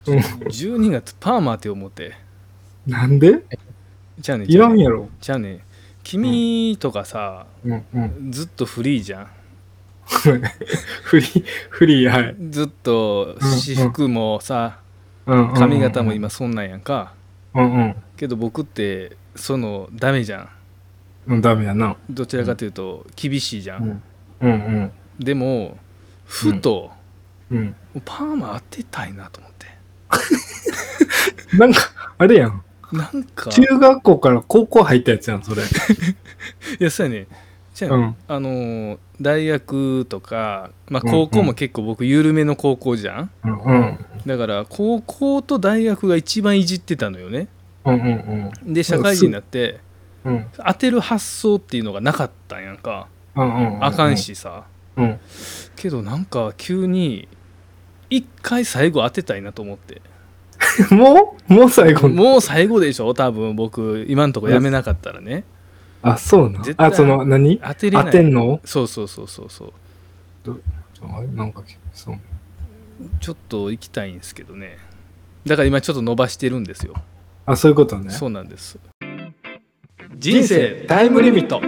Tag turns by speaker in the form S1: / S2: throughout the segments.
S1: 12月パーマって思って。
S2: なんで？
S1: じゃあね、
S2: いらんやろ。
S1: じゃあね、君とかさ、ずっとフリーじゃん。
S2: フリー、はい。
S1: ずっと私服もさ、髪型も今そんなんやんか。けど僕ってダメじゃ
S2: ん。ダメやな。
S1: どちらかというと厳しいじゃん。でもふと、パーマ当てたいなと思って。
S2: なんかあれやん。
S1: なんか
S2: 中学校から高校入ったやつやんそれ。
S1: いやそうやね。じゃあ、大学とか、高校も結構僕緩めの高校じゃん。だから高校と大学が一番いじってたのよね。で社会人になって、当てる発想っていうのがなかったんやんか。あかんしさ。けどなんか急に一回最後当てたいなと思って。
S2: もう最後？
S1: もう最後でしょ多分僕今んとこやめなかったらね。
S2: あ、そうな。何
S1: 当てれない。
S2: 当てんの？
S1: そう
S2: なんかそう。
S1: ちょっと行きたいんですけどね。だから今ちょっと伸ばしてるんですよ。
S2: あ、そういうことね。
S1: そうなんです。人生タイムリミット。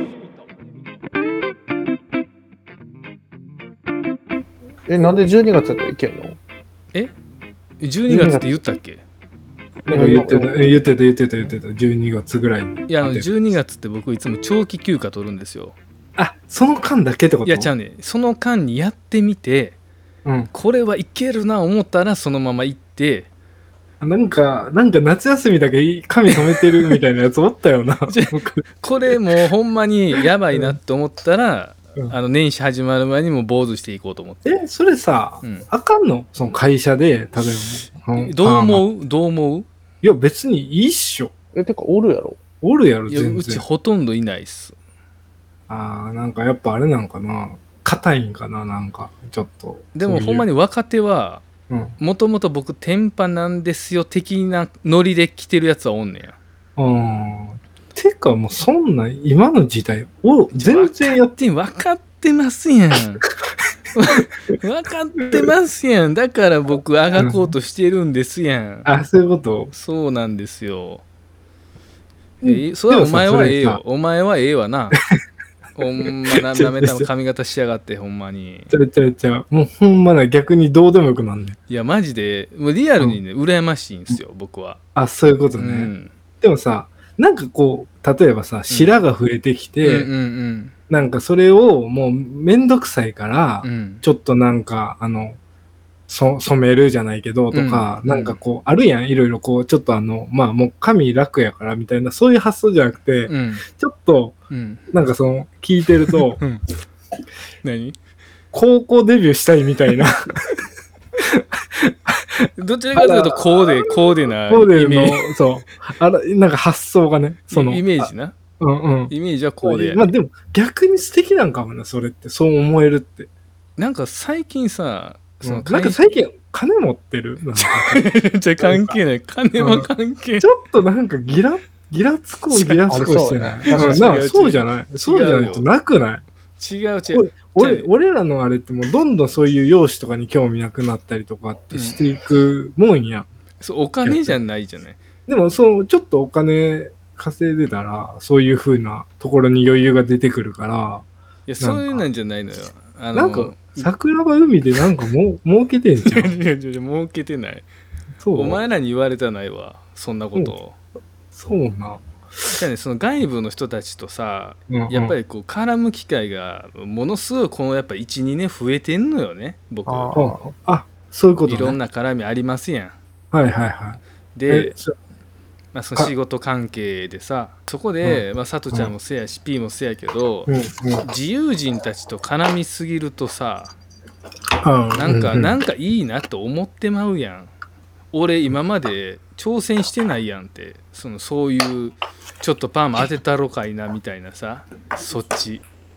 S3: なんで12月だったらいけんの
S1: ？12月って言ったっけ？
S2: なんか言ってた12月ぐらいに。
S1: いや12月って僕いつも長期休暇取るんですよ。
S2: あ、その間だけってこと？
S1: いやちゃうね。その間にやってみて、これはいけるな思ったらそのまま行って。
S2: なんか夏休みだけ髪染めてるみたいなやつおったよな。
S1: これもうほんまにやばいなって思ったら、年始始まる前にも坊主していこうと思って。
S2: それさ、あかんの？その会社で例え
S1: ばどう思う？
S2: いや別にいいっしょ。
S3: てかおるやろ
S2: 全然。
S1: うちほとんどいないっす。
S2: なんかやっぱあれなんかな、硬いんかな、なんかちょっと。
S1: でもほんまに若手はもともと僕天パなんですよ的なノリで来てるやつはおんねや。
S2: てかもうそんな今の時代全然やって
S1: 分かってますやん。分かってますやん。だから僕あがこうとしてるんですやん。
S2: あ、そういうこと？
S1: そうなんですよ。それはお前はええよ。お前はええわな。ほんまなめた髪型しやがってほんまに。
S2: もうほんまな逆にどうでもよくなんねん。
S1: いやマジでもうリアルにね、羨ましいんですよ僕は。
S2: あ、そういうことね。でもさ、なんかこう例えばさ白が増えてきて、なんかそれをもうめんどくさいから、ちょっとなんか染めるじゃないけどとか、なんかこうあるやん、いろいろこうちょっともう髪楽やからみたいなそういう発想じゃなくて、ちょっとなんか聞いてると、
S1: 何？
S2: 高校デビューしたいみたいな。
S1: どちらかというとコーデな
S2: イメージ。そうなんか発想がね、
S1: イメージな。イメージはコーデ
S2: や。でも逆に素敵なんかもな、それってそう思えるって。
S1: なんか最近さ、
S2: なんか最近金持ってる。
S1: じゃ関係ない。金は関係ない。
S2: ちょっとなんかギラつこしてない。そうじゃないとなくない？
S1: 違う。
S2: 俺らのあれってもうどんどんそういう容姿とかに興味なくなったりとかってしていくもんや。
S1: お金じゃないじゃない。
S2: でもちょっとお金稼いでたらそういう風なところに余裕が出てくるから。
S1: いやそういうなんじゃないのよ。
S2: なんか桜庭海でなんか儲けてんじゃん。
S1: いや儲けてない。お前らに言われたないわそんなことを。
S2: そうな。
S1: じゃあね、その外部の人たちとさ、やっぱりこう絡む機会がものすごいこのやっぱ 1,2 年増えてんのよね僕。
S2: そういうことね。
S1: いろんな絡みありますやん。
S2: はい。
S1: で、その仕事関係でさ、そこでさとちゃんもせやし P もせやけど、自由人たちと絡みすぎるとさ、なんかいいなと思ってまうやん。俺今まで挑戦してないやんって、そういうちょっとパーマ当てたろかいなみたいなさ、そっち。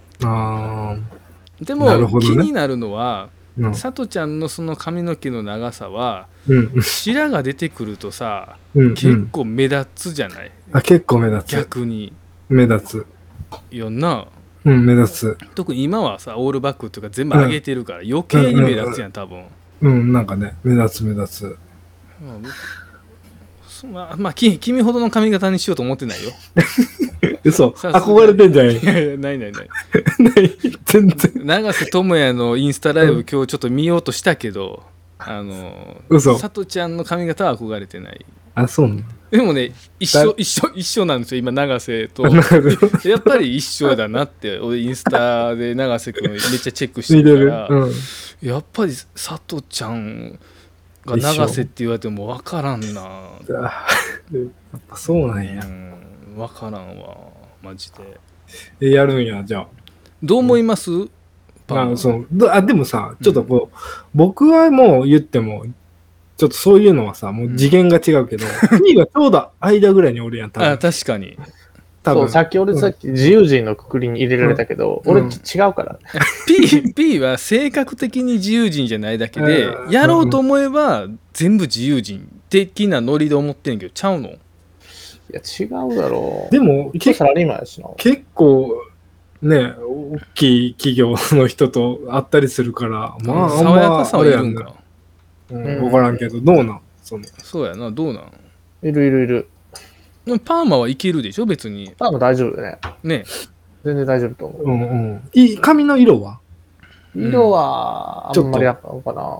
S1: でも気になるのは、さとちゃんのその髪の毛の長さは、白が出てくるとさ、結構目立つじゃない？
S2: 結構目立つ。
S1: 逆に
S2: 目立つ
S1: よな。
S2: 目立つ。
S1: 特に今はさオールバックっていうか全部上げてるから余計に目立つやん多分。
S2: なんかね目立つ。
S1: まあ君ほどの髪型にしようと思ってないよ。
S2: 嘘、憧れてんじゃない？い
S1: やいや、ないない
S2: 全然。
S1: 永瀬智也のインスタライブ、今日ちょっと見ようとしたけど、
S2: 嘘。
S1: さとちゃんの髪型は憧れてない。
S2: あ、そうなの。
S1: でもね、一緒なんですよ、今、永瀬と。やっぱり一緒だなって、俺、インスタで永瀬君めっちゃチェックしてるから、やっぱりさとちゃんが永瀬って言われても分からんな。
S2: やっぱそうなんや。
S1: 分からんわ、マジで。
S2: やるんや、じゃあ。
S1: どう思います？
S2: でもさ、ちょっとこう、僕はもう言っても、ちょっとそういうのはさ、もう次元が違うけど、P がちょうど間ぐらいにおるやん、多分。
S1: あ、確かに。
S3: そう、さっき自由人のくくりに入れられたけど、俺違うから。
S1: P は性格的に自由人じゃないだけで、やろうと思えば全部自由人的なノリで思ってんけど、ちゃうの？い
S3: や、違うだろう。
S2: でも、
S3: サラリーマンやしな。
S2: 結構、ね、大きい企業の人と会ったりするから、まあ、
S1: 爽やかさはいるんか。
S2: 分からんけど、どうなん？
S1: そうやな、どうなん？
S3: いる。
S1: パーマはいけるでしょ、別に。
S3: パーマ大丈夫だね。
S1: ね。
S3: 全然大丈夫と思う。
S2: 髪の色は？
S3: 色は、あんまりやっぱかな。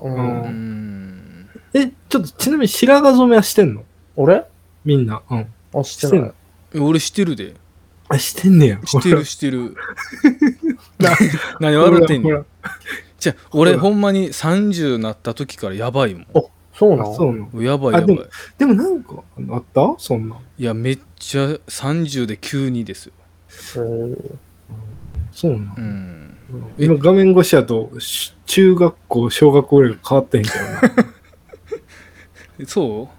S2: ちょっとちなみに白髪染めはしてんの？
S3: 俺？
S2: みんな。
S3: してない。
S1: 俺してるで。
S2: あ、してんねや。
S1: してる。何笑ってんの？じゃあ俺ほんまに30なった時からやばいもん。
S3: そうなの？
S1: やばい。
S2: でもなんかあった？そんな。
S1: いや、めっちゃ30で急にですよ。
S2: そうなの。今画面越しやと中学校小学校ぐらい変わってへんけ
S1: どな。そう？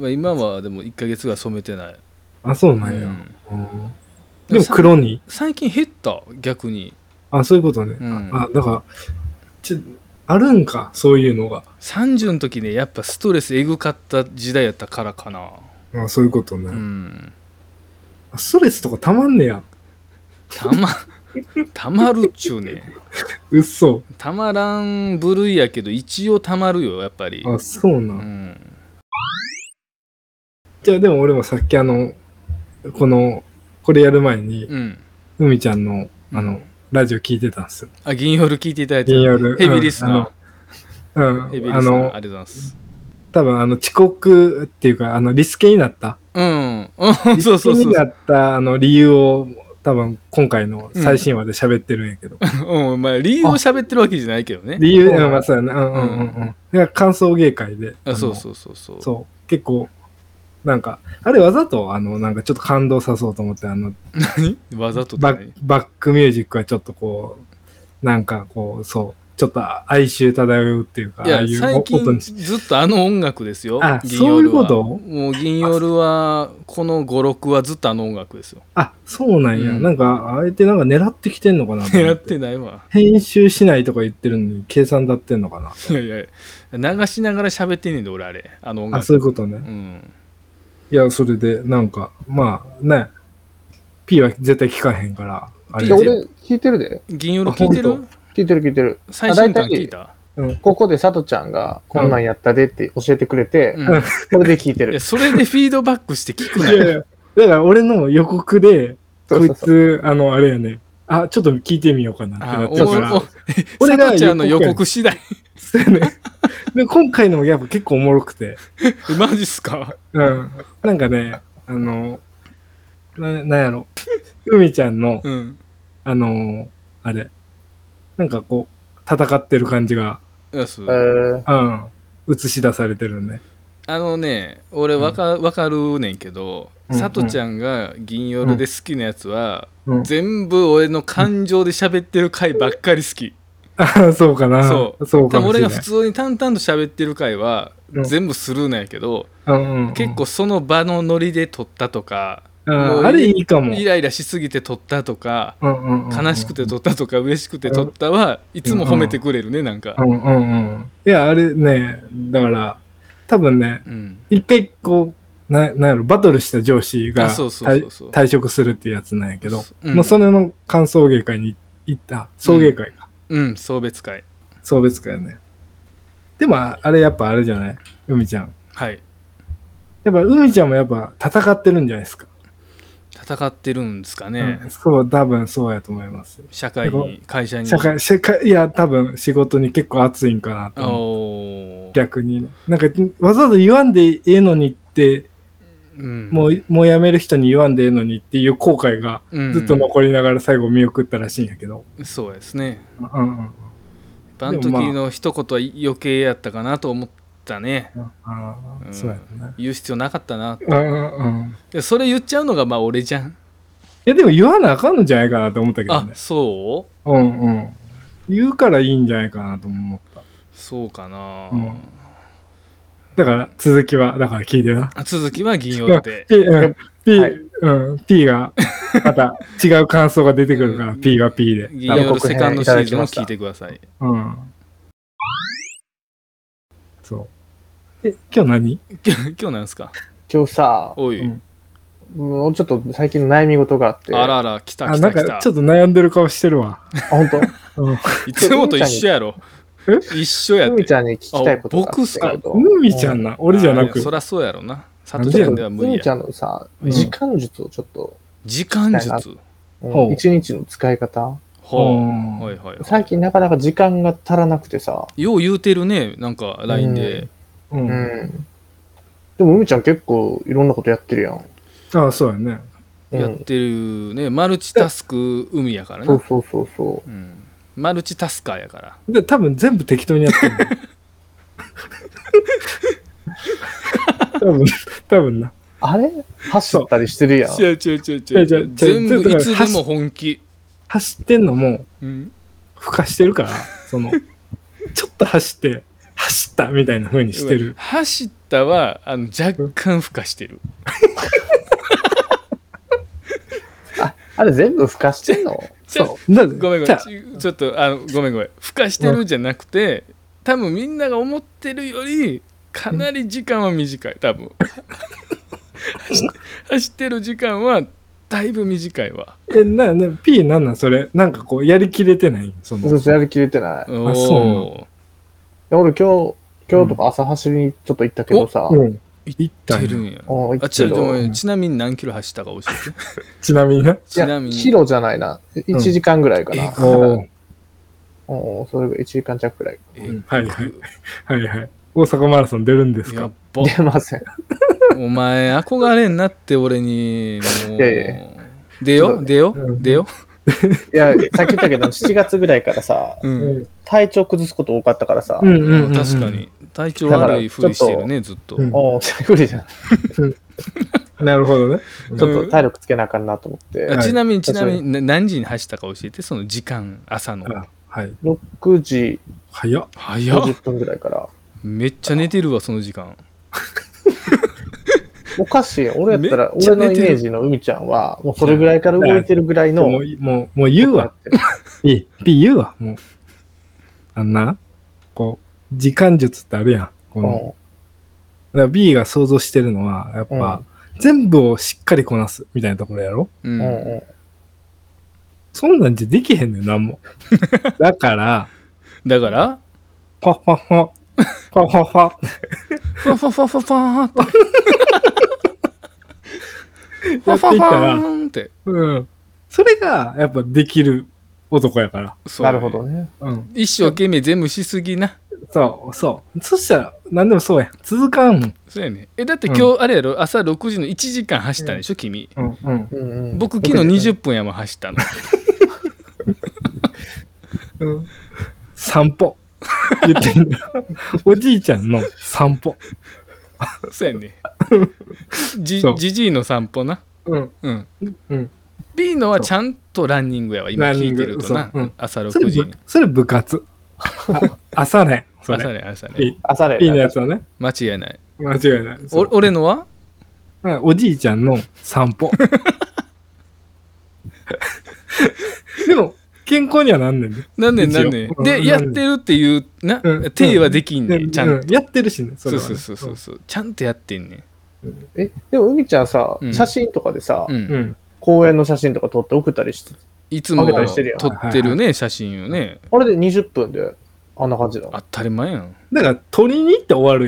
S1: 今はでも1ヶ月が染めてない。
S2: あ、そうなんや。でも黒に
S1: 最近減った、逆に。
S2: あ、そういうことね。だからあるんか、そういうのが。
S1: 30の時ね、やっぱストレスえぐかった時代やったからかな。
S2: あ、そういうことね。ストレスとかたまんねや。
S1: たまるっちゅうね。
S2: うっそ。
S1: たまらん部類やけど、一応たまるよ、やっぱり。
S2: あ、そうな。じゃあでも俺もさっきこれやる前に、みちゃんのラジオ聞いてたんですよ。
S1: あ、銀夜聞いていただいて、
S2: 銀夜
S1: ヘビーリスナー。
S2: ヘ
S1: ビーリスナー、ありがとうございます。
S2: 多分遅刻っていうかリスケになった。リスケになった理由を多分今回の最新話で喋ってるんやけど。
S1: まあ理由を喋ってるわけじゃないけどね。
S2: 理由、まあそうやね。感想芸会で。
S1: そう。
S2: そう、結構なんかあれわざとなんかちょっと感動さそうと思って
S1: 何わざと
S2: バックミュージックはちょっとこうなんかこうちょっと哀愁漂うっていうか、
S1: いや最近ずっと音楽ですよ。
S2: そういうこと？
S1: もう銀夜はこの5、6はずっと音楽ですよ。
S2: あ、そうなんや。なんかあえてなんか狙ってきてんのかな。
S1: 狙ってないわ。
S2: 編集しないとか言ってるのに計算立ってんのかな。
S1: いや流しながら喋ってんねんで俺あれ音楽。
S2: そういうことね。いや、それでなんかまあね、P は絶対聞かへんから
S3: あれ。俺聞いてるで。
S1: 銀夜聞いてる？
S3: 聞いてる。
S1: 最新刊聞いた？
S3: ここでさとちゃんがこんなんやったでって教えてくれて、それで聞いてる。
S1: それでフィードバックして聞くな
S2: よ。だから俺の予告で、こいつ、あれやね、ちょっと聞いてみようかなってなってるから。
S1: 俺がさとちゃんの予告次第。
S2: で、今回のもやっぱ結構おもろくて。
S1: マジっすか？
S2: なんかね、なんやろ、みちゃんの、あれ、なんかこう戦ってる感じが映し出されてるね。
S1: 俺わかるねんけど、さとちゃんが銀夜で好きなやつは、全部俺の感情で喋ってる回ばっかり好き。
S2: そうかな。
S1: そうかもしれない。俺が普通に淡々と喋ってる回は全部スルーなんやけど、結構その場のノリで撮ったとか、
S2: あれいいかも。
S1: イライラしすぎて撮ったとか、悲しくて撮ったとか、嬉しくて撮ったはいつも褒めてくれるね、なんか。
S2: いや、あれね、だから多分ね、一回こうなんやろ、バトルした上司が退職するっていうやつなんやけど、それの感想芸会に行った送迎会か。
S1: 送別会。
S2: 送別会ね。でもあれやっぱあれじゃない、みちゃん。
S1: はい。
S2: やっぱ海ちゃんもやっぱ戦ってるんじゃないですか。
S1: 戦ってるんですかね。
S2: そう、多分そうやと思います。
S1: 社会に、会社に。
S2: いや、多分仕事に結構熱いんかなと。逆に。なんか、わざわざ言わんでええのにって、もうやめる人に言わんでええのにっていう後悔がずっと残りながら最後見送ったらしいんやけど。
S1: そうですね。あの時の一言は余計やったかなと思ったね。
S2: そうやね。
S1: 言う必要なかったな。でそれ言っちゃうのがまあ俺じゃん。
S2: いやでも言わなあかんのじゃないかなと思ったけどね。
S1: あ、そう？
S2: 言うからいいんじゃないかなと思った。
S1: そうかな。
S2: だから続きはだから聞いてな。
S1: 続きは銀曜で。
S2: P がまた違う感想が出てくるから、P が P で。
S1: 銀曜のセカンドシーズンを聞いてください。
S2: そう。今日何？
S1: 今日なんですか？
S3: 今日さ、
S1: おい。
S3: もうちょっと最近の悩み事があって。
S1: あらら、来た。
S2: なんかちょっと悩んでる顔してるわ。
S3: 本当？
S1: いつもと一緒やろ。一緒やって。
S3: 海ちゃんに聞きたいことがあって。
S1: 僕っすか？
S2: 海ちゃんな。俺じゃなく。
S1: そりゃそうやろな。佐藤ちゃんでは無理や。
S3: 海ちゃんのさ、時間術をちょっと。
S1: 時間術？
S3: 一日の使い方。最近なかなか時間が足らなくてさ。
S1: よう言うてるね、なんか LINE で。
S3: でも海ちゃん結構いろんなことやってるやん。
S2: ああ、そうやね。
S1: やってるね。マルチタスク海やからね。
S3: そう。
S1: マルチタスカーやから。
S2: で、多分全部適当にやってる。多分な。
S3: あれ走ったりしてるやん。
S1: 違う。全部いつでも本気。
S2: 走ってんのも、ふかしてるから、ちょっと走ったみたいな風にしてる。
S1: 走ったは若干ふかしてる。
S3: あれ全部ふかしてんの？
S1: そう。ごめん。ちょっとごめん。ふかしてるじゃなくて、多分みんなが思ってるよりかなり時間は短い。多分。走ってる時間はだいぶ短いわ。
S2: P なんそれ？なんかこうやりきれてない？
S3: そうやりきれてない。
S2: そう
S3: 俺今日とか朝走りにちょっと行ったけどさ。
S1: 行ってるんや。ちなみに何キロ走ったか教えて。
S2: ちなみにね。
S3: キロじゃないな。1時間ぐらいかな。それが1時間弱ぐらい。
S2: はい。大阪マラソン出るんですか？
S3: 出ません。
S1: お前憧れんなって俺に。出よ。
S3: いや、さっき言ったけど7月ぐらいからさ、体調崩すこと多かったからさ。
S1: 確かに。体調悪いふりしてるね、ずっと。
S3: ふりじゃん。
S2: なるほどね。
S3: ちょっと体力つけなあかんなと思って。
S1: ちなみに何時に走ったか教えて、その時間、朝の。
S3: 6時50分ぐらいから。
S1: めっちゃ寝てるわ、その時間。
S3: おかしい。俺やったら、俺のイメージの海ちゃんは、もうそれぐらいから動いてるぐらいの。
S2: もう言うわ。P 言うわ。もう。こう、時間術ってあるやん。だから B が想像してるのは、やっぱ、全部をしっかりこなすみたいなところやろ？そんなんじゃできへんねん、なんも。だから、
S1: ファファファーって。
S2: それが、やっぱできる男やから。
S3: なるほどね。
S1: 一生懸命全部しすぎな。
S2: そう。そしたら、何でもそうや。続かんもん。
S1: そうやね。だって今日、あれやろ、朝6時の1時間走ったでしょ、君。僕、昨日20分やもん走ったの。
S2: 散歩。言ってんだ。おじいちゃんの散歩。
S1: そうやね。じじいの散歩な。B のはちゃんとランニングやわ、今聞いてるとな。朝6時に。
S2: それ部活。朝練。
S1: 朝練。
S2: P のやつはね。
S1: 間違いない。
S2: 俺
S1: のは
S2: おじいちゃんの散歩。でも、健康にはなんねんね。
S1: なんねん。で、やってるっていう、手はできんねん。ちゃんと。
S2: やってるしね。
S1: そう。ちゃんとやってんねん。
S3: でも、海ちゃんさ、写真とかでさ、公園の写真とか撮って送ったりして。
S1: いつも撮ってるね、写真をね。
S3: あれで20分で、あんな感じだ。
S1: 当たり前やん。
S2: だから、撮りに行って終わるやん。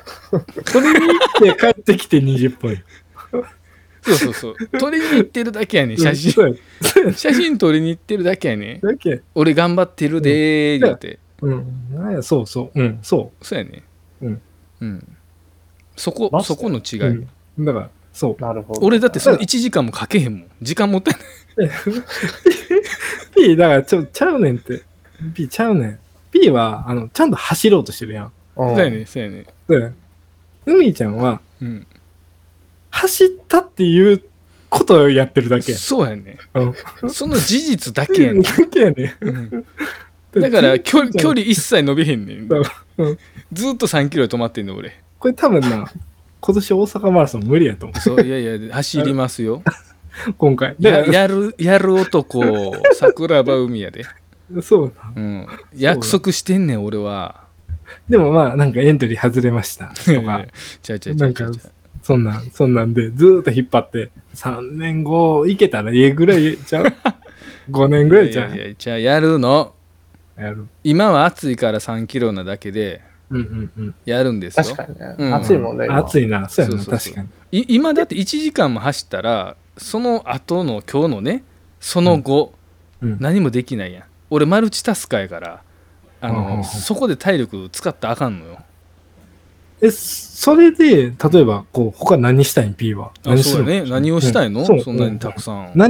S2: 取りに行って帰ってきて20分。
S1: そう。取りに行ってるだけやねん、写真。写真撮りに行ってるだけやねん。俺頑張ってるでー、言うて。
S2: そう。そう
S1: やね
S2: ん。
S1: そこの違い。
S2: だから、そう。
S3: なるほど。
S1: 俺だってその1時間もかけへんもん。時間もったいない。
S2: P、だからちゃうねんって。P ちゃうねん。P は、ちゃんと走ろうとしてるやん。
S1: そうやね。
S2: 海ちゃんは、走ったっていうことをやってるだけや。
S1: そうやね。その事実だけやねん。だから距離一切伸びへんねん。ずっと3キロで止まってんの俺。
S2: これ多分な、今年大阪マラソン無理やと思う。
S1: そう、いや走りますよ。
S2: 今回。
S1: やる男、桜庭海やで。
S2: そう
S1: な。約束してんねん俺は。
S2: でもまあなんかエントリー外れましたとか。
S1: なんか
S2: そんなんでずーっと引っ張って3年後いけたらええぐらいちゃう5年ぐらいちゃう。
S1: じゃあやるの。今は暑いから3キロなだけでやるんですよ。
S3: 確かにね。暑いもんね。
S2: 暑いな。そうやな。確かに。
S1: 今だって1時間も走ったらその後の今日のねその後何もできないやん。俺マルチタスカーやからそこで体力使ったらあかんのよ。
S2: それで例えばこう他何したいん P は。
S1: そうね。何をしたいの？そんなにたくさん。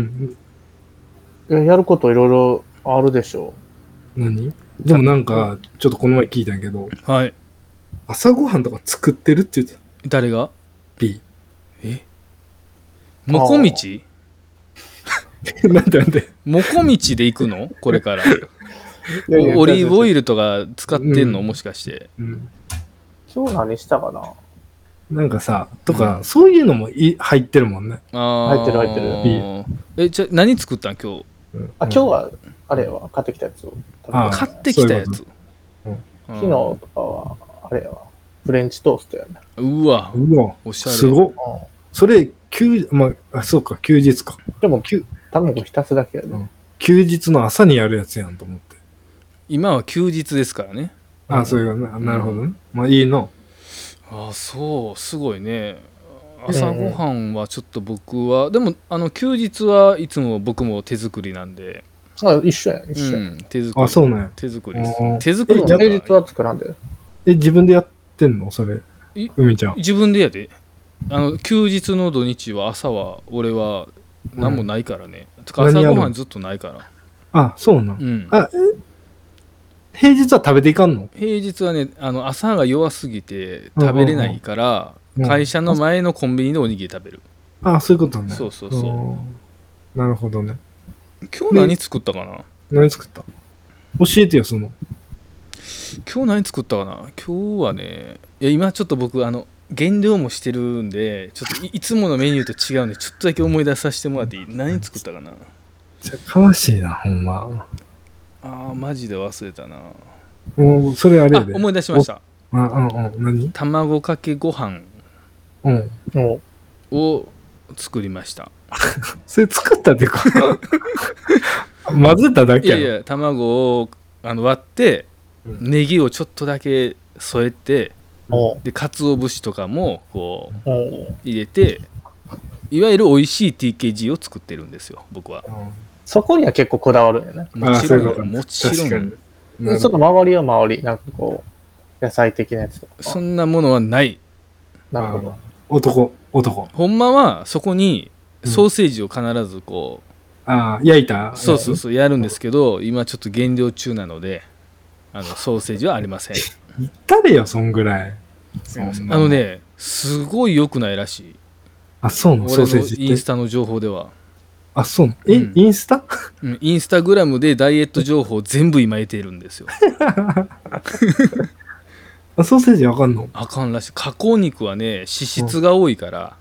S3: やることいろいろあるでしょ
S2: う。でもなんかちょっとこの前聞いたんやけど、
S1: はい。
S2: 朝ごはんとか作ってるって言ってた。
S1: 誰が？
S2: P。
S1: もこみち？
S2: なんで
S1: もこみちで行くの？これから。オリーブオイルとか使ってんの？もしかして。
S3: 今日何したかな。
S2: なんかさとか、そういうのも入ってるもんね。
S3: 入ってる。
S1: じゃあ何作ったん今日？
S3: 今日はあれは買ってきたやつを。
S1: 買ってきたやつ。
S3: 昨日とかはあれはフレンチトーストやね。
S1: うわおしゃれ。
S2: すごっ。それそうか休日か。
S3: でも卵浸すだけやね。
S2: 休日の朝にやるやつやんと思って。
S1: 今は休日ですからね。
S2: そういうのなるほどね。まあいいの。
S1: そうすごいね。朝ごはんはちょっと僕はでも休日はいつも僕も手作りなんで。
S3: 一緒や。
S1: 手作り。
S2: そうなんや。
S1: 手作りです。手作り。
S3: 平日は作らんで。
S2: 自分でやってんのそれ？海ちゃん。
S1: 自分でやで。休日の土日は朝は俺は何もないからね。朝ごはんずっとないから。
S2: そうなん。平日は食べていかんの？
S1: 平日はね朝が弱すぎて食べれないから、会社の前のコンビニでおにぎり食べる。
S2: そういうことね。
S1: そう。
S2: なるほどね。
S1: 今日何作ったかな？
S2: 何作った？教えてよその。
S1: 今日何作ったかな？今日はね今ちょっと僕減量もしてるんでちょっといつものメニューと違うんでちょっとだけ思い出させてもらっていい？何作ったかな？
S2: 悲しいなほんま。
S1: マジで忘れたな。
S2: もうそれあれやで。
S1: 思い出しました。
S2: 何？
S1: 卵かけご飯を作りました。
S2: それ作ったっていうか混ぜただけやろ。
S1: いや卵を割ってネギをちょっとだけ添えてで鰹節とかもこう入れていわゆる美味しい TKG を作ってるんですよ僕は。
S3: そこには結構こだわるんよね。
S1: もちろん。
S3: ちょっと周りは周りなんかこう野菜的なやつとか
S1: そんなものはない。
S3: なるほど。
S2: 男
S1: ほんまはそこにソーセージを必ずこ
S2: う焼いた
S1: そうやるんですけど今ちょっと減量中なのでソーセージはありません。
S2: 言ったれよそんぐらい。
S1: すごい良くないらしい。
S2: そうなの？ソーセージって
S1: インスタの情報では。
S2: そうなの？インスタ？
S1: インスタグラムでダイエット情報全部今得ているんですよ。
S2: ソーセージあかんの？
S1: あかんらしい。加工肉はね脂質が多いから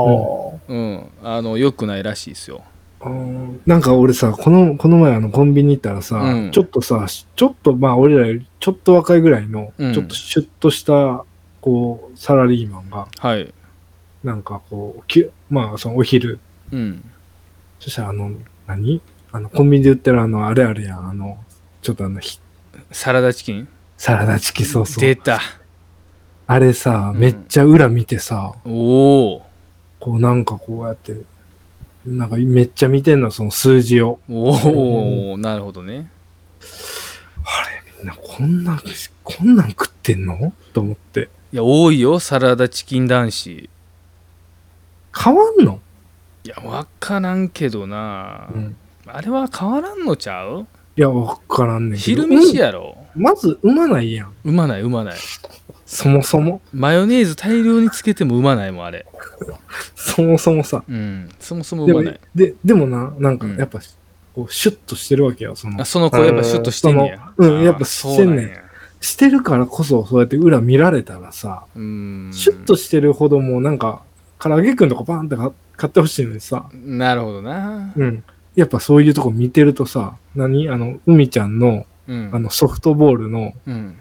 S1: 良くないらしいですよ。
S2: なんか俺さこの前コンビニ行ったらさ、ちょっとまあ俺らよりちょっと若いぐらいの、ちょっとシュッとしたこうサラリーマンが、なんかこうまあそのお昼、そしたらコンビニで売ってるあれあるやんちょっと
S1: サラダチキン
S2: そう
S1: 出た。
S2: あれさ、めっちゃ裏見てさ、
S1: おお。
S2: こうなんかこうやって、なんかめっちゃ見てんの、その数字を。
S1: おお、なるほどね。
S2: あれ、みんなこんなん食ってんのと思って。
S1: いや、多いよ、サラダチキン男子。
S2: 変わんの？
S1: いや、わからんけどな、あれは変わらんのちゃう？
S2: いや、わからんねんけど。
S1: 昼飯やろ。
S2: まず、うまないやん。
S1: うまない。
S2: そもそも。
S1: マヨネーズ大量につけてもうまないもん、あれ。
S2: そもそもさ。
S1: そもそもうまない。
S2: でもな、なんかやっぱ、こうシュッとしてるわけよ。そ
S1: の子やっぱシュッとしてんねや。
S2: やっぱしてんねん。してるからこそ、そうやって裏見られたらさ、シュッとしてるほどもなんか、唐揚げくんとかバーンって買ってほしいのにさ。
S1: なるほどな。
S2: やっぱそういうとこ見てるとさ、海ちゃんの、ソフトボールの、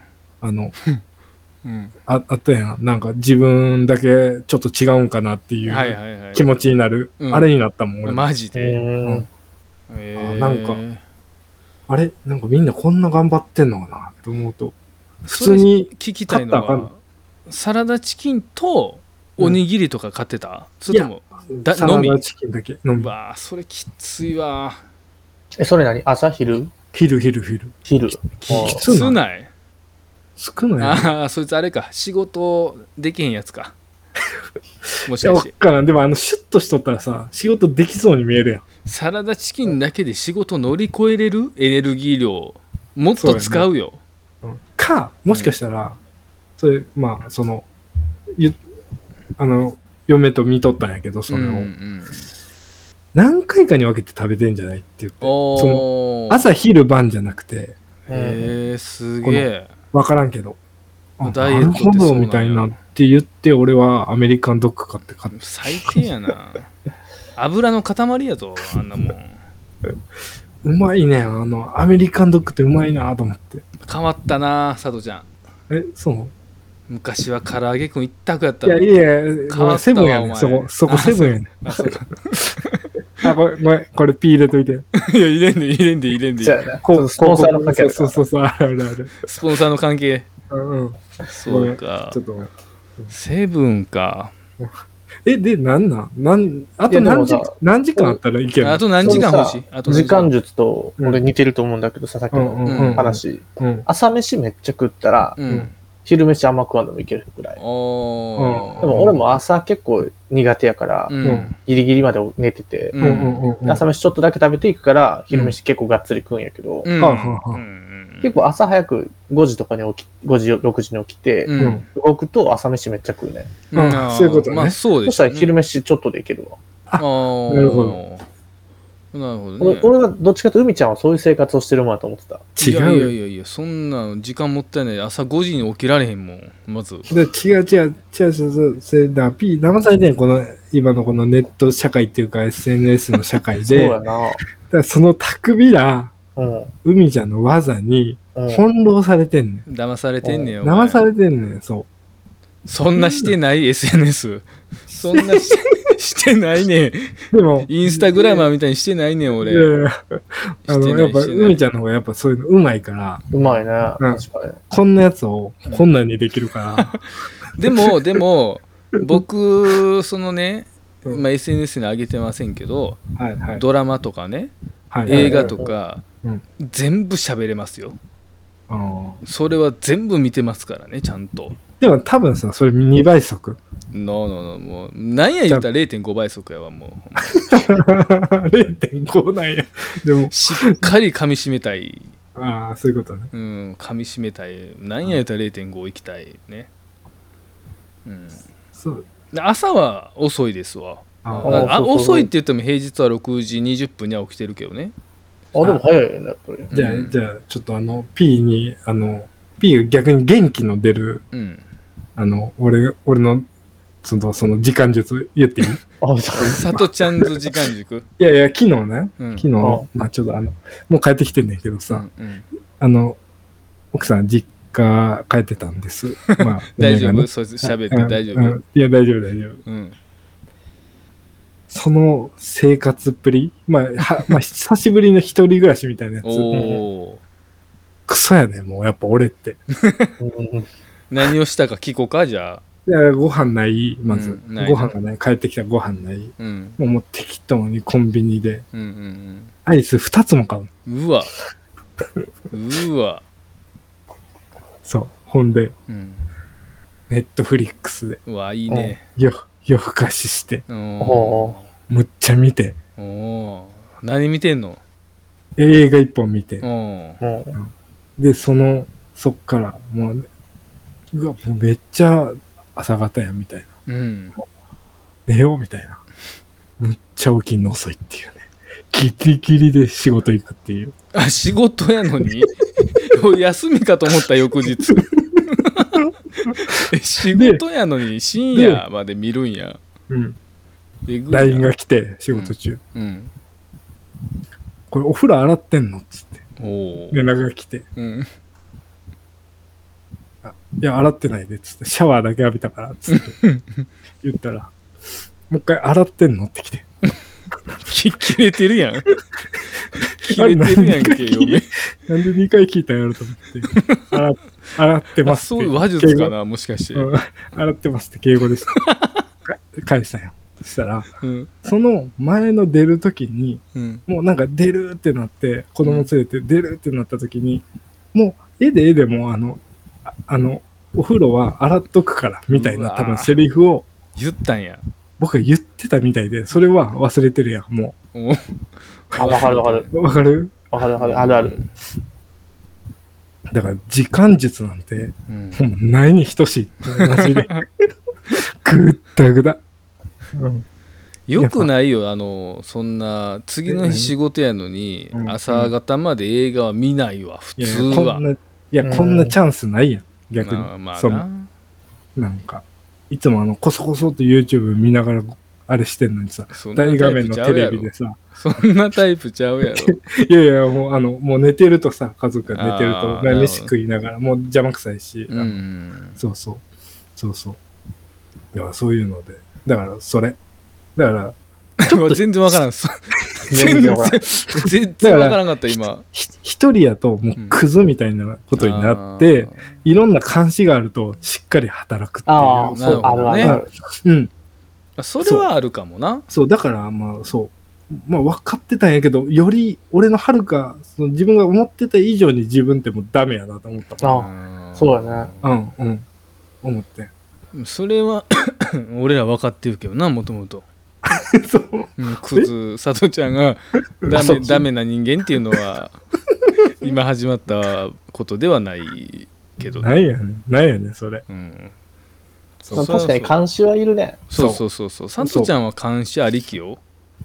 S2: あったやん。なんか自分だけちょっと違うんかなっていう気持ちになる。あれになったもん、俺。
S1: マジで。
S2: なんか、あれなんかみんなこんな頑張ってんのかなと思うと、普通に
S1: 聞きたいのは、サラダチキンとおにぎりとか買ってた？それとも
S2: サラダチキンだけ飲み。
S1: わあ、それきついわ。
S3: それ何？朝昼？
S2: 昼。
S1: きつない？
S2: 少ない。
S1: ああ、そいつあれか、仕事できへんやつか。
S2: もしかして。でもシュッとしとったらさ、仕事できそうに見えるやん。
S1: サラダチキンだけで仕事乗り越えれるエネルギー量、もっと使うよ。
S2: もしかしたら、それ、嫁と見とったんやけど、それを。何回かに分けて食べてんじゃないって言って。朝昼晩じゃなくて。
S1: すげえ。
S2: わからんけど。
S1: ダイエットってそうなんや。なるほど
S2: みたいなって言って、俺はアメリカンドッグ買って。
S1: 最低やな。油の塊やぞ、あんなもん。
S2: うまいね。アメリカンドッグってうまいなと思って。
S1: 変わったな、佐藤ちゃん。
S2: そう
S1: 昔は唐揚げくん一択やったの。
S2: いや、セブンやねん。そこセブンやねん。これピー入れといて。
S1: いや、入れんで。
S3: スポンサーの関係。
S2: そう、ある。
S1: スポンサーの関係。
S2: そうか。ちょっと。
S1: セブンか。
S2: で、あと何時間あったらいけるの？
S1: あと何時間欲しい？
S3: 時間術と俺似てると思うんだけどさ、さっきの話。朝飯めっちゃ食ったら、昼飯あんま食わんでもいけるぐらい。でも俺も朝結構苦手やから、ギリギリまで寝てて、朝飯ちょっとだけ食べていくから、昼飯結構がっつり食うんやけど、結構朝早く5時とかに5時、6時に起きて、動くと朝飯めっちゃ食うね。
S2: そういうことね。
S1: そ
S3: したら昼飯ちょっとでいけるわ。
S2: なるほど。
S1: なるほどね。
S3: 俺はどっちかというと海ちゃんはそういう生活をしてるもんだと思ってた。
S1: いや、そんな時間もったいない。朝5時に起きられへんもん、まず。
S2: 違う。それ騙されてん、今のこのネット社会っていうか SNS の社会で。
S3: そうやな。だか
S2: らその巧みな、海ちゃんの技に翻弄されてんねん。
S1: 騙されてんねんよ。
S2: 騙されてんねん、そう。
S1: そんなしてない SNS。そんなしてないねん。
S2: でも、
S1: インスタグラマーみたいにしてないねん、俺。
S2: やっぱ、海ちゃんの方がやっぱそういうのうまいから。
S3: うまいね。確かに。
S2: こんなやつをこんなんにできるから。
S1: でも、僕、そのね、SNS に上げてませんけど、ドラマとかね、映画とか、全部喋れますよ。それは全部見てますからね、ちゃんと。
S2: でも多分さ、それ2倍速。
S1: もう、なんや言ったら 0.5 倍速やわ、もう。
S2: 0.5 なんや。でも。
S1: しっかり噛み締めたい。
S2: ああ、そういうことね。
S1: 噛み締めたい。なんや言ったら 0.5 行きたいね。
S2: そう。
S1: 朝は遅いですわ。遅いって言っても平日は6時20分には起きてるけどね。
S3: でも早いよね、やっぱり。
S2: じゃあ、ちょっとP が逆に元気の出る、俺の、その時間術言っていい？
S1: さとちゃんの時間軸？
S2: いや、昨日ね、ちょっともう帰ってきてんねんけどさ、奥さん実家帰ってたんです。
S1: 大丈夫？そう喋って大丈夫？
S2: いや、大丈夫。その生活っぷり、久しぶりの一人暮らしみたいなやつ。クソやね、もうやっぱ俺って。
S1: 何をしたか聞こうか、じゃあ。
S2: いや、ご飯ない、まず。ご飯がない。帰ってきたらご飯ない。もう適当にコンビニで。アイス2つも買う。
S1: うわ。うわ。
S2: そう。ほんで、ネットフリックスで。
S1: うわ、いいね。
S2: 夜更かしして。むっちゃ見て。
S1: 何見てんの？
S2: 映画1本見て。で、そっから、もうめっちゃ朝方や、みたいな。寝よう、みたいな。むっちゃ起きんの遅いっていうね。ギリギリで仕事行くっていう。
S1: あ、仕事やのに休みかと思った翌日。仕事やのに深夜まで見るんや。
S2: LINE が来て、仕事中。これお風呂洗ってんのっつって。連絡が来て。いや、洗ってないで、つって。シャワーだけ浴びたから、つって。言ったら、もう一回洗ってんのって来て。
S1: 切れてるやん。切れてるやんけ、嫁。
S2: なんで2回聞いたんやろと思って。洗ってますって。
S1: そういう話術かな、もしかして。
S2: 洗ってますって敬語でした。返したよ。そしたら、その前の出るときに、もうなんか出るってなって、子供連れて出るってなったときに、もう絵でもお風呂は洗っとくからみたいな多分セリフを
S1: 言ったんや。
S2: 僕が言ってたみたいで、それは忘れてるやん、もう。
S3: わかるわかる。
S2: わかる
S3: わかるわかる。あるある。
S2: だから時間術なんて、もうないに等しい。マジで。ぐったぐだ。
S1: よくないよ、そんな次の日仕事やのに朝方まで映画は見ないわ、普通は。
S2: いや、こんなチャンスないやん、逆に。
S1: まあな。
S2: なんか、いつもこそこそと YouTube 見ながらあれしてんのにさ、大画面のテレビでさ。
S1: そんなタイプちゃうやろ。
S2: いやいや、もう寝てるとさ、家族が寝てると、飯食いながら、もう邪魔くさいし。そうそう。そうそう。だからそういうので。だから、それ。だから、
S1: 全然わからんす。全然わからんかった、今。
S2: 一人やと、もうクズみたいなことになって、いろんな監視があると、しっかり働くっていう。
S3: ああ、そう、あるある。
S2: うん。
S1: それはあるかもな。
S2: そう、だから、まあ、そう。まあ、分かってたんやけど、より、俺のはるか、自分が思ってた以上に自分ってもうダメやなと思ったもん。
S3: ああ、そうやね。
S2: 思って。
S1: それは、俺ら分かってるけどな、もともと。
S2: そう。
S1: クズ、佐藤ちゃんがダメな人間っていうのは、今始まったことではないけど。
S2: ないやね、それ。
S3: 確かに監視はいるね。
S1: そう。佐藤ちゃんは監視ありきよ。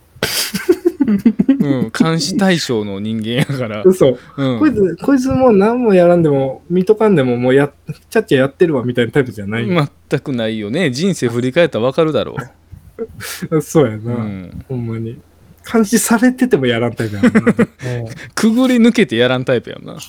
S1: 監視対象の人間やから。
S2: そう。こいつもう何もやらんでも、見とかんでも、もうちゃっちゃやってるわみたいなタイプじゃない。
S1: 全くないよね。人生振り返ったら分かるだろ
S2: う。そうやな。ほんまに。監視されててもやらんタイプやもんな。
S1: くぐり抜けてやらんタイプやもんな。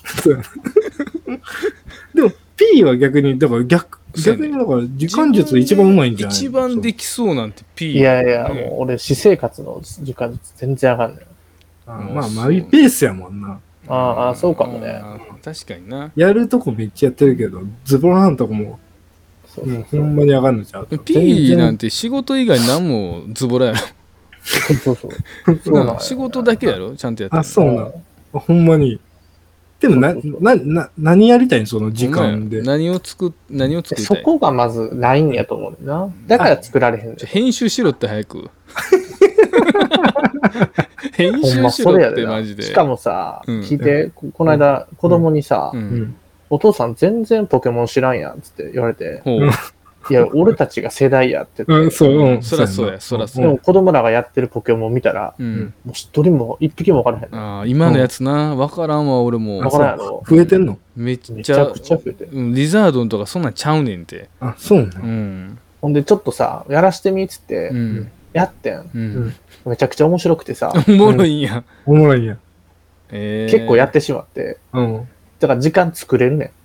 S2: でも P は逆に、だから逆にだから時間術一番うまいんじゃない？
S1: 一番できそうなんて P。
S3: いやいや、もう俺私生活の時間術全然わかんない。
S2: まあマイペースやもんな。
S3: ああ、そうかもね。
S1: 確かにな。
S2: やるとこめっちゃやってるけど、ズボラなんとこもほんまにわかんのちゃう。
S1: P なんて仕事以外何もズボラやろ。そう仕事だけやろ、ちゃんとやってる。
S2: あ、そうな。ほんまに。でも何やりたいんその時間で。
S1: 何を作りたい？
S3: そこがまずないんやと思うな。だから作られへん。
S1: 編集しろって早く。編集しろってマジで。
S3: しかもさ、聞いて、この間子供にさ、お父さん全然ポケモン知らんやんつって言われて、いや、俺たちが世代やってて。
S1: そらそうや。
S3: でも子供らがやってるポケモン見たら、もう一人も一匹も分から
S1: へん。今のやつな、分からんわ、俺も。
S3: 分からんやろ。
S2: 増えてんの？
S1: めっちゃ
S3: くちゃ増えてる。
S1: リザードンとかそんなんちゃうねんて。
S2: あ、そうね。
S3: ほんでちょっとさ、やらしてみっつって、やってん。めちゃくちゃ面白くてさ。
S1: おもろいんや。
S2: おもろいんや。
S3: 結構やってしまって。だから時間作れるねん。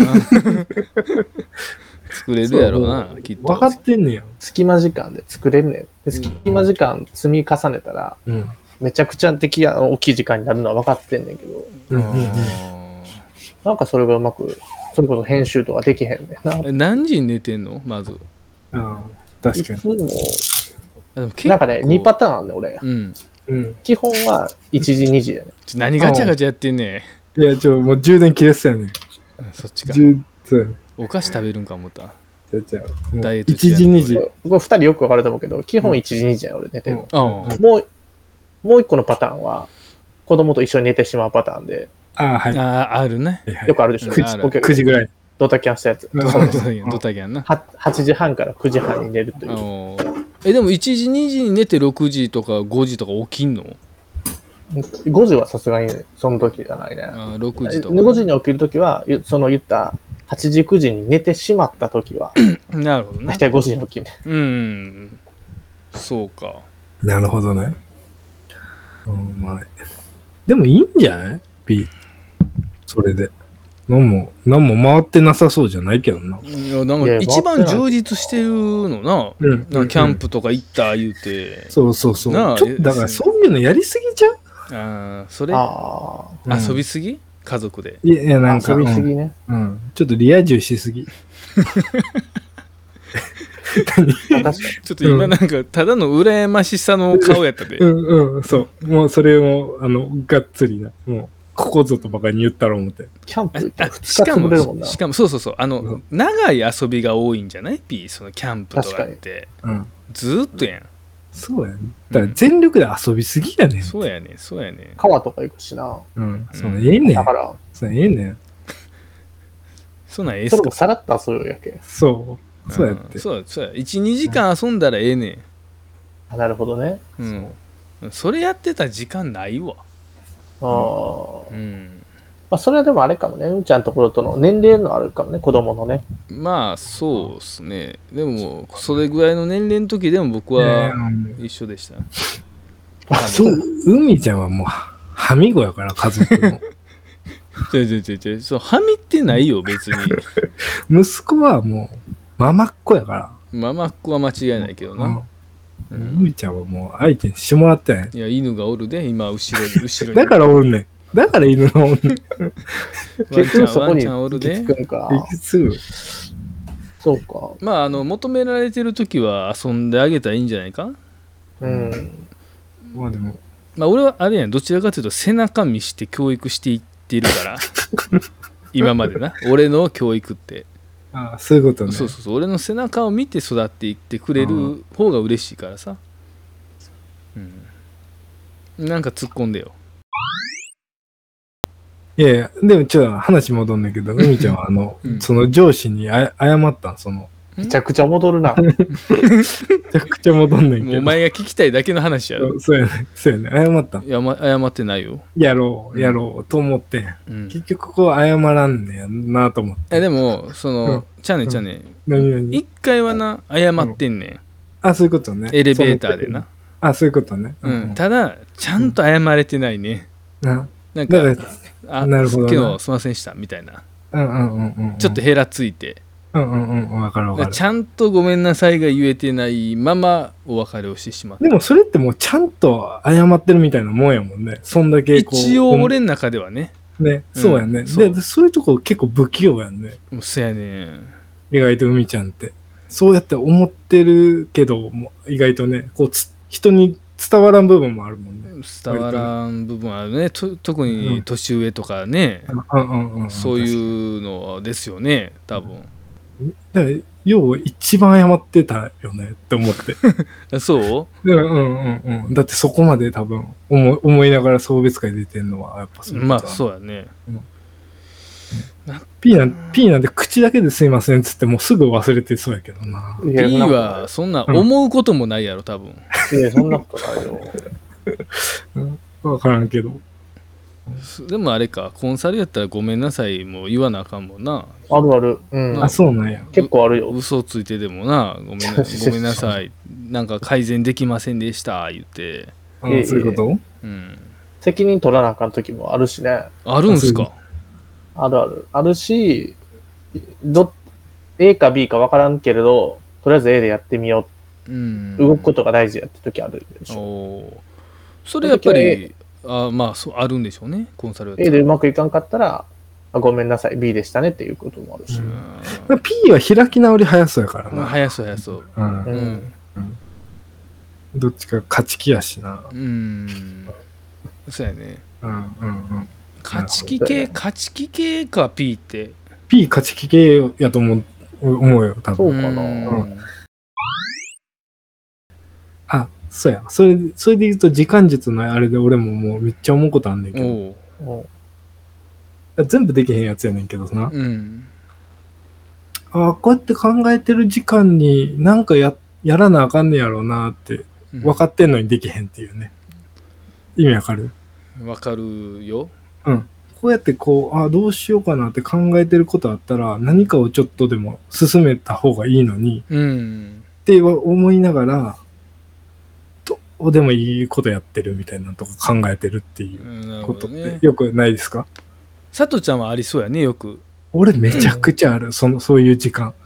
S1: 作れるやろな、きっと。
S2: 分かってんねや。
S3: 隙間時間で作れるねん。で隙間時間積み重ねたら、めちゃくちゃ大きい時間になるのは分かってんねんけど、なんかそれがうまくそれこそ編集とかできへんねんな。
S1: 何時に寝てんのまず。
S2: 確かに。
S3: なんかね、2パターンあんねん、俺。基本は1時、2時やね。
S1: 何ガチャガチャやってんね
S2: ん。いや、もう充電切れてたよね。
S1: そっちか。お菓子食べるんか思った。
S2: ダイエット1時、2時。
S3: これ2人よく分かると思うけど、基本1時、2時や俺寝てる。もう一個のパターンは、子供と一緒に寝てしまうパターンで。
S1: あるね。
S3: よくあるでしょ。
S2: 9時ぐらい。
S3: ドタキャンしたやつ。
S1: ドタキャンな。
S3: 8時半から9時半に寝るという。
S1: でも1時、2時に寝て6時とか5時とか起きんの
S3: ？5時はさすがにその時じゃないね。
S1: 6時とか。
S3: 5時に起きる時は、その言った8時、9時に寝てしまった時は、
S1: なるほどね。
S3: 大体5時に起きる
S1: ね。そうか。
S2: なるほどね。でもいいんじゃない ?P。それで。何も回ってなさそうじゃないけどな。
S1: いや、なんか一番充実してるのな。なんかキャンプとか行った言うて。
S2: そう。ちょっとだからそういうのやりすぎちゃう？
S1: それ遊びすぎ家族で。
S2: いや、なんか。
S3: 遊びすぎね。
S2: ちょっとリア充しすぎ。
S1: ちょっと今なんかただの羨ましさの顔やったで。
S2: そう。もうそれをがっつりな。もうここぞとばかりに言ったら思って。
S3: キャンプ
S1: しかもそう長い遊びが多いんじゃない？ P そのキャンプとかって。ずっとやん。
S2: そうやね。だから全力で遊びすぎやねん。
S1: そうやね。
S3: 川とか行くしな。
S2: ええねん。
S3: だから。
S2: ええねん。
S1: そんなんええっすか？
S3: それもさらっと遊ぶやけ。
S2: そうやって。
S1: そうや。1、2時間遊んだらええね
S3: ん。なるほどね。
S1: それやってた時間ないわ。
S3: それはでもあれかもね。うんちゃんのところとの年齢のあるかもね、子供のね。
S1: まあそうですね。でもそれぐらいの年齢の時でも僕は一緒でした。
S2: 海ちゃんはもうはみごやから家族も。
S1: そうはみってないよ別に。
S2: 息子はもうママっ子やから。
S1: ママっ子は間違いないけどな。
S2: 海ちゃんはもう相手にしてもらってない。
S1: いや犬がおるで今後ろに。
S2: だからおるねん。だから犬がおるねん。
S3: 結局そこに行き着くんか。
S2: 行き着く。
S3: そうか。
S1: まあ求められてる時は遊んであげたらいいんじゃないか。
S2: まあでも。
S1: まあ俺はあれやん、どちらかというと背中見して教育していってるから今までな俺の教育って
S2: そういうことね。
S1: そう俺の背中を見て育っていってくれる方が嬉しいからさ。なんか突っ込んでよ。
S2: いやでもちょっと話戻んだけど、海ちゃんはその上司に謝ったん
S3: めちゃくちゃ戻るな。
S2: めちゃくちゃ戻んねんけど。
S1: もうお前が聞きたいだけの話やろ。
S2: そうやね。謝ったん。
S1: いや、謝ってないよ。
S2: やろうと思って、結局こう謝らんねやなと思って。
S1: でもちゃね一回はな謝ってんね
S2: ん。そういうことね。
S1: エレベーターでな。
S2: そういうことね。
S1: ただちゃんと謝れてないね。なんか
S2: なるほど。
S1: 昨日すいませんでしたみたいな。ちょっとヘラついて。
S2: わかる。
S1: ちゃんとごめんなさいが言えてないままお別れをしてしまった。
S2: でもそれってもうちゃんと謝ってるみたいなもんやもんね。そんだけ
S1: 一応俺の中ではね。
S2: そうやね。でそういうとこ結構不器用やんね。
S1: そうやね。
S2: 意外と海ちゃんってそうやって思ってるけど意外とねこう人に伝わらん部分もあるもんね。
S1: 伝わらん部分あるね。特に年上とかね。そういうのですよね多分。
S2: だから要は一番謝ってたよねって思って
S1: そう
S2: だってそこまで多分思いながら送別会出てんのはやっぱ
S1: そうやね。
S2: P なんて口だけですいませんっつってもうすぐ忘れてそうやけどな。
S1: P はそんな思うこともないやろ多分。
S3: そんなことないよ。
S2: 分からんけど。
S1: でもあれかコンサルやったらごめんなさいもう言わなあかんもんな。
S3: ある。
S2: そうなんや。
S3: 結構あるよ。
S1: 嘘ついてでもなごめんなさいなんか改善できませんでした言って。
S2: そういうこと？
S3: 責任取らなあかん時もあるしね。
S1: あるんすか？
S3: あるし、A か B か分からんけれど、とりあえず A でやってみよう。動くことが大事やって時あるでしょ。
S1: それやっぱり、あるんでしょうね、コンサルやったら。
S3: A でうまくいかんかったら、 ごめんなさい B でしたねっていうこともあるし、
S2: P は開き直り早そうやからな。
S1: 早そう早そう。
S2: どっちか勝ち気やしな。
S1: そうやね。勝ち気系か P って。
S2: P 勝ち気系やと思うよ多分。
S3: そうかな。
S2: あ、そうや。それで言うと時間術のあれで俺ももうめっちゃ思うことあんねんけど。全部できへんやつやねんけどな。こうやって考えてる時間になんかやらなあかんねやろうなって分かってんのにできへんっていうね。意味わかる？
S1: わかるよ。
S2: こうやってどうしようかなって考えてることあったら何かをちょっとでも進めた方がいいのに、って思いながらどうでもいいことやってるみたいなとか考えてるっていうことってよくないですか？
S1: 佐藤ちゃんはありそうやね、よく。
S2: 俺めちゃくちゃある、そういう時間。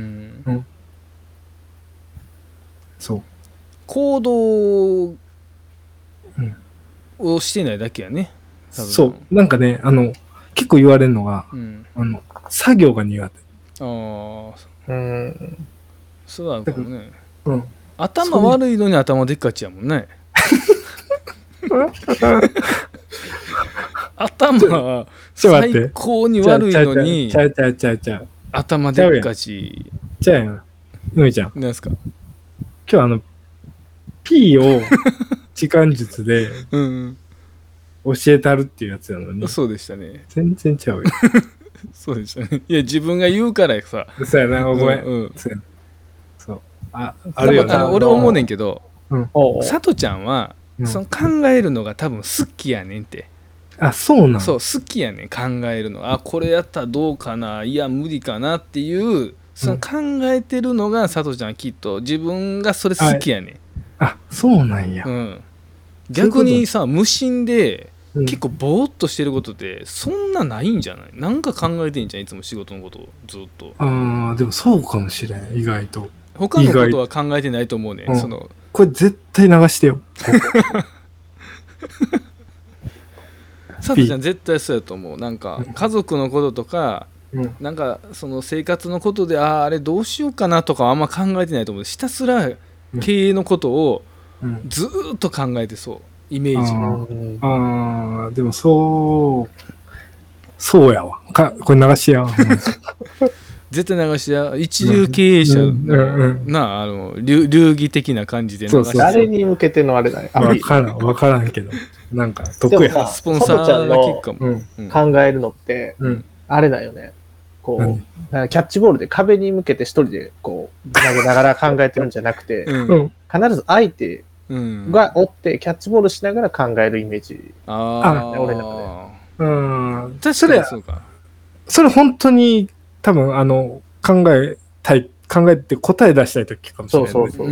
S2: そう。
S1: 行動をしてないだけやね。
S2: そう。なんかね、結構言われるのが、作業が苦手。
S1: そうなのかもね。頭悪いのに頭でっかちやもんね。頭最高に悪いのに頭でっかち。
S2: じゃあや梅ちゃん。
S1: 何ですか？
S2: 今日P を時間術で教えたるっていうやつやのに。
S1: そうでしたね。
S2: 全然ちゃうよ。
S1: そうでしたね。いや自分が言うからさ。
S2: そうやな、ごめん。そう。あるよな。
S1: 俺思うねんけど、佐藤ちゃんはその考えるのが多分好きやねんって。
S2: そうなの？
S1: そう、好きやねん、考えるの。これやったらどうかな、いや無理かなっていうその考えてるのが佐藤ちゃんはきっと自分がそれ好きやね
S2: ん。そうなんや。
S1: 逆にさ、無心で結構ぼーっとしてることってそんなないんじゃない？なんか考えてんじゃん、いつも仕事のことをずっと。
S2: でもそうかもしれん、意外と。
S1: 他のことは考えてないと思うね。
S2: これ絶対流してよ。
S1: 佐藤ちゃん絶対そうやと思う。なんか家族のこととか、なんかその生活のことであれどうしようかなとかあんま考えてないと思う。ひたすら経営のことをずーっと考えてそう、イメージ。
S2: でもそうやわ。これ流しやわ。
S3: 絶
S1: 対流しや。一流経営者な流儀的な感じで流し。
S3: 誰に向けてのあれだね。
S2: わからんけど。なんか得や。
S1: スポンサーが聞くか
S3: も。考えるのってあれだよね。こうキャッチボールで壁に向けて一人でこう投げながら考えてるんじゃなくて、必ず相手がおってキャッチボールしながら考えるイメージ。俺の中で。
S1: 確かにそうか。
S2: それ本当に多分考えて答え出したいときかもしれない。そう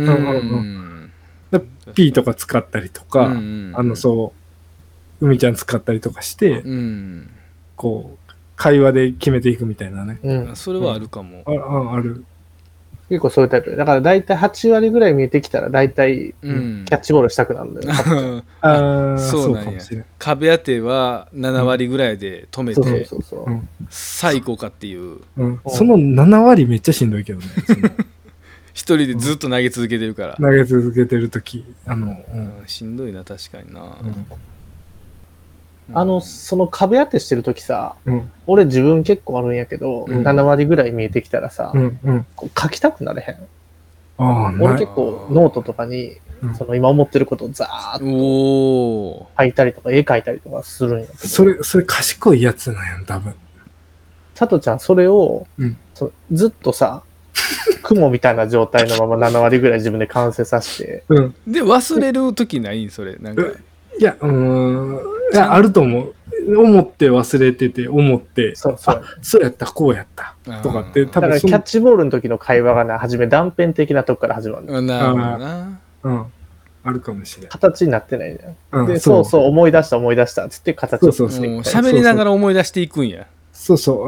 S2: 。P とか使ったりとか、海ちゃん使ったりとかして、こう会話で決めていくみたいなね。
S1: それはあるかも。
S2: ある。
S3: 結構そういうタイプだから大体8割ぐらい見えてきたら大体キャッチボールしたくなるんだよ。
S1: そうなんや。壁当ては7割ぐらいで止めて最高かっていう。
S2: その7割めっちゃしんどいけどね。
S1: 一人でずっと投げ続けてるから。
S2: 投げ続けてるとき
S1: しんどいな、確かにな。
S3: その壁当てしてるときさ、俺自分結構あるんやけど、7割ぐらい見えてきたらさ、書きたくなれへん。俺結構ノートとかに、今思ってることをザーッと書いたりとか、絵描いたりとかするんやけど。
S2: それ賢いやつなんや、多分。
S3: 佐藤ちゃん、それを、ずっとさ、雲みたいな状態のまま7割ぐらい自分で完成させて。
S1: で、忘れるときないそれ。なんか。
S2: いや、あると思う。思って忘れてて、思って、そうやった、こうやった、とかって、
S3: 多分だからキャッチボールの時の会話がな、初め断片的なとこから始まる。
S1: なるほどな。
S2: あるかもしれない。
S3: 形になってないじゃん。で、そう思い出した、つって形を
S1: していく。喋りながら思い出していくんや。
S2: そうそう。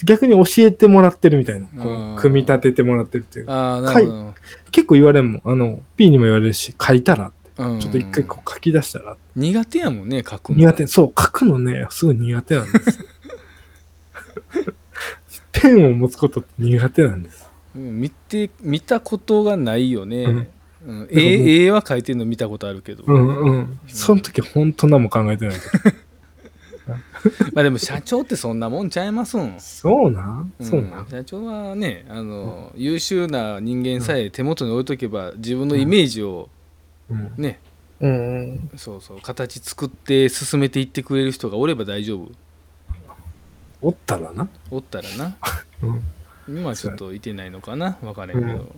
S2: 逆に教えてもらってるみたいな。組み立ててもらってるっていう。結構言われるもん。P にも言われるし、書いたら。ちょっと一回書き出したら。
S1: 苦手やもんね、書くの。
S2: 苦手。そう、書くのね、すごい苦手なんです。 剣を持つことって苦手なんです。
S1: 見たことがないよね。絵は描いてるの見たことあるけど。
S2: その時本当何も考えてない。
S1: まあでも社長ってそんなもんちゃいますん。
S2: そうなん。
S1: 社長はね、優秀な人間さえ手元に置いとけば自分のイメージをね、そう形作って進めていってくれる人がおれば大丈夫。
S2: おったらな。
S1: 今はちょっといてないのかな、分からへんけど。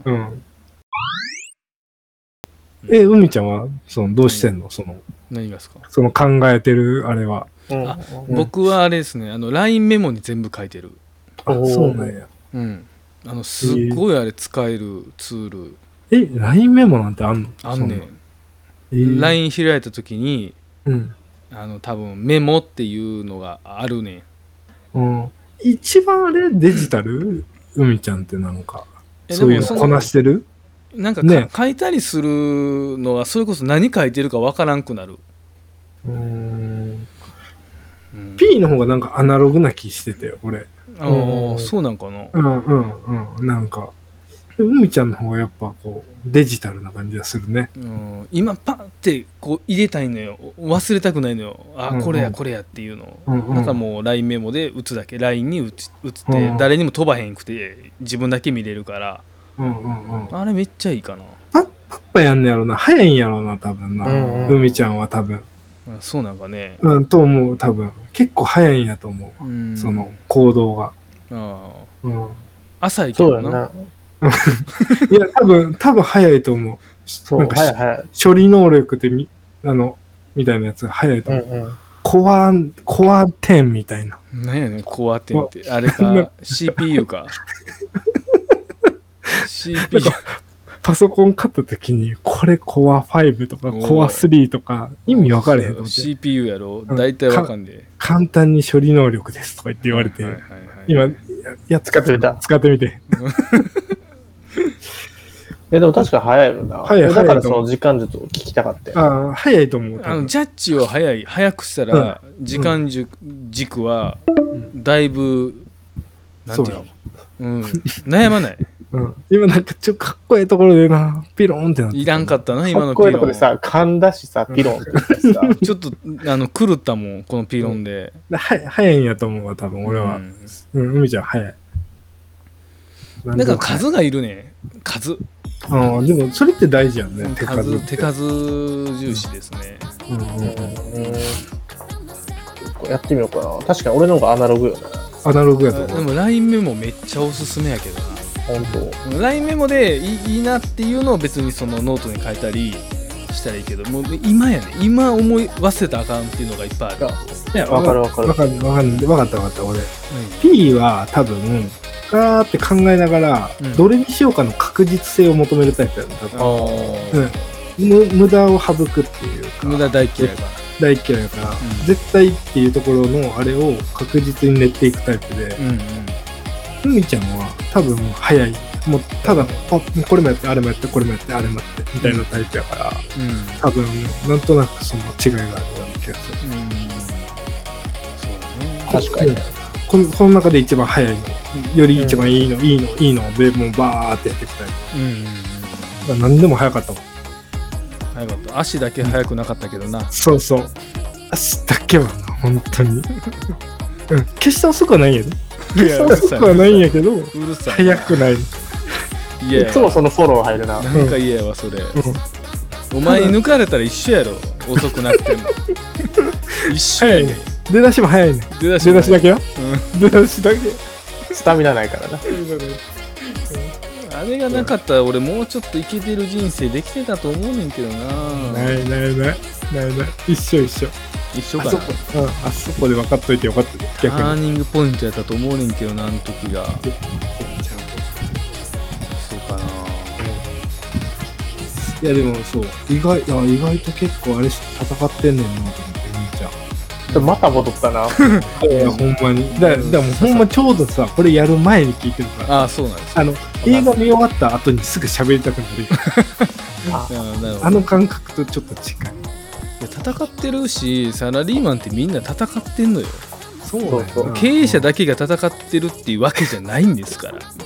S2: 海ちゃんはどうしてんの？
S1: 何がですか？
S2: その考えてるあれは。
S1: 僕はあれですね、LINE メモに全部書いてる。
S2: そうなんや。
S1: すっごいあれ使えるツール。
S2: LINE メモなんてあんの？
S1: あんねん。LINE 開いた時に、多分メモっていうのがあるねん。
S2: 一番あれデジタル？海ちゃんってなんかそういうのこなしてる？
S1: なんか書いたりするのはそれこそ何書いてるかわからんくなる。
S2: P の方がなんかアナログな気してて俺。
S1: そうなんかな。
S2: なんか海ちゃんの方がやっぱこうデジタルな感じがするね。
S1: 今パッてこう入れたいのよ。忘れたくないのよ。これやこれやっていうの。なんかもう LINE メモで打つだけ LINE に打って誰にも飛ばへんくて自分だけ見れるから。あれめっちゃいいかな。
S2: パッパやんねやろな。早いんやろな多分な。海ちゃんは多分。
S1: そうなんかね。
S2: と思う多分。結構早いんやと思う。その行動が。
S1: 浅いけどな。
S2: いや多分早いと思う。なんか処理能力でみたいなやつが早いと思う。コア10みたいな。
S1: 何やねんコア10って。あれか CPU か。CPU
S2: パソコン買った時にこれコア5とかコア3とか意味分かれへん。
S1: CPU やろ大体分かんで。
S2: 簡単に処理能力ですとか言って言われて今使ってみて。
S3: でも確か早いよな。だからその時間術を聞きたかったよ。
S2: 早いと思う。
S1: ジャッジを早くしたら時間軸はだいぶなんていうの悩まない。
S2: 今なんかかっこいいところでなピロンってなって
S1: いらんかったな今の
S3: ピロン。かっこいいところでさ噛んだしさピロンってさ
S1: ちょっと狂ったもんこのピロンで。
S2: 早いんやと思うわ多分俺は。海ちゃん早い。
S1: だから数がいるね。数。
S2: でもそれって大事やんね。
S1: 手数重視ですね。
S3: やってみようかな。確かに俺の方がアナログよね。
S2: アナログやと思う。
S1: でも LINE メモめっちゃおすすめやけどな。
S3: 本当。
S1: LINE メモでいいなっていうのを別にそのノートに書いたりしたらいいけど、もう今やね。今思い忘れたらあかんっていうのがいっぱいある。
S3: いや、わかる。
S2: わかった俺。P は多分ガーって考えながら、どれにしようかの確実性を求めるタイプやね。無駄を省くっていうか。
S1: 無駄大嫌いだ。
S2: 大嫌いだから、絶対っていうところのあれを確実に練っていくタイプで、海ちゃんは多分早い。もうただこれもやってあれもやってこれもやってあれもやってみたいなタイプやから、多分なんとなくその違いがあるような気がする。
S3: 確かに。
S2: この中で一番早いの、より一番いいのでもうバーってやっていくタイプ。何でも早かったもん。
S1: 早かった。足だけ早くなかったけどな。
S2: そう足だけはな本当に。決して遅くはないんやで。決して遅くはないんやけど早くない。
S3: いつもそのフォロー入るな。
S1: なんか嫌やわそれ。お前に抜かれたら一緒やろ。遅くなっても一緒やねん。
S2: 出だしも早いね。出だしだけよ。出だしだけ。
S3: スタミナないからな。
S1: あれがなかったら俺もうちょっとイケてる人生できてたと思うねんけどな。
S2: ない。一緒かな。あそこで分かっといてよかった。
S1: ターニングポイントやったと思うねんけどな、あの時が。そうかな。
S2: いやでもそう意外と結構あれ戦ってんねんなと思ってみーちゃん。
S3: また戻ったな。
S2: いやほんまに。だからもうほんまちょうどさこれやる前に聞いてるから。
S1: そうなんです。
S2: 映画見終わった後にすぐ喋りたくなる。あの感覚とちょっと近い。
S1: 戦ってるしサラリーマンってみんな戦ってんのよ。 経営者だけが戦ってるっていうわけじゃないんですから。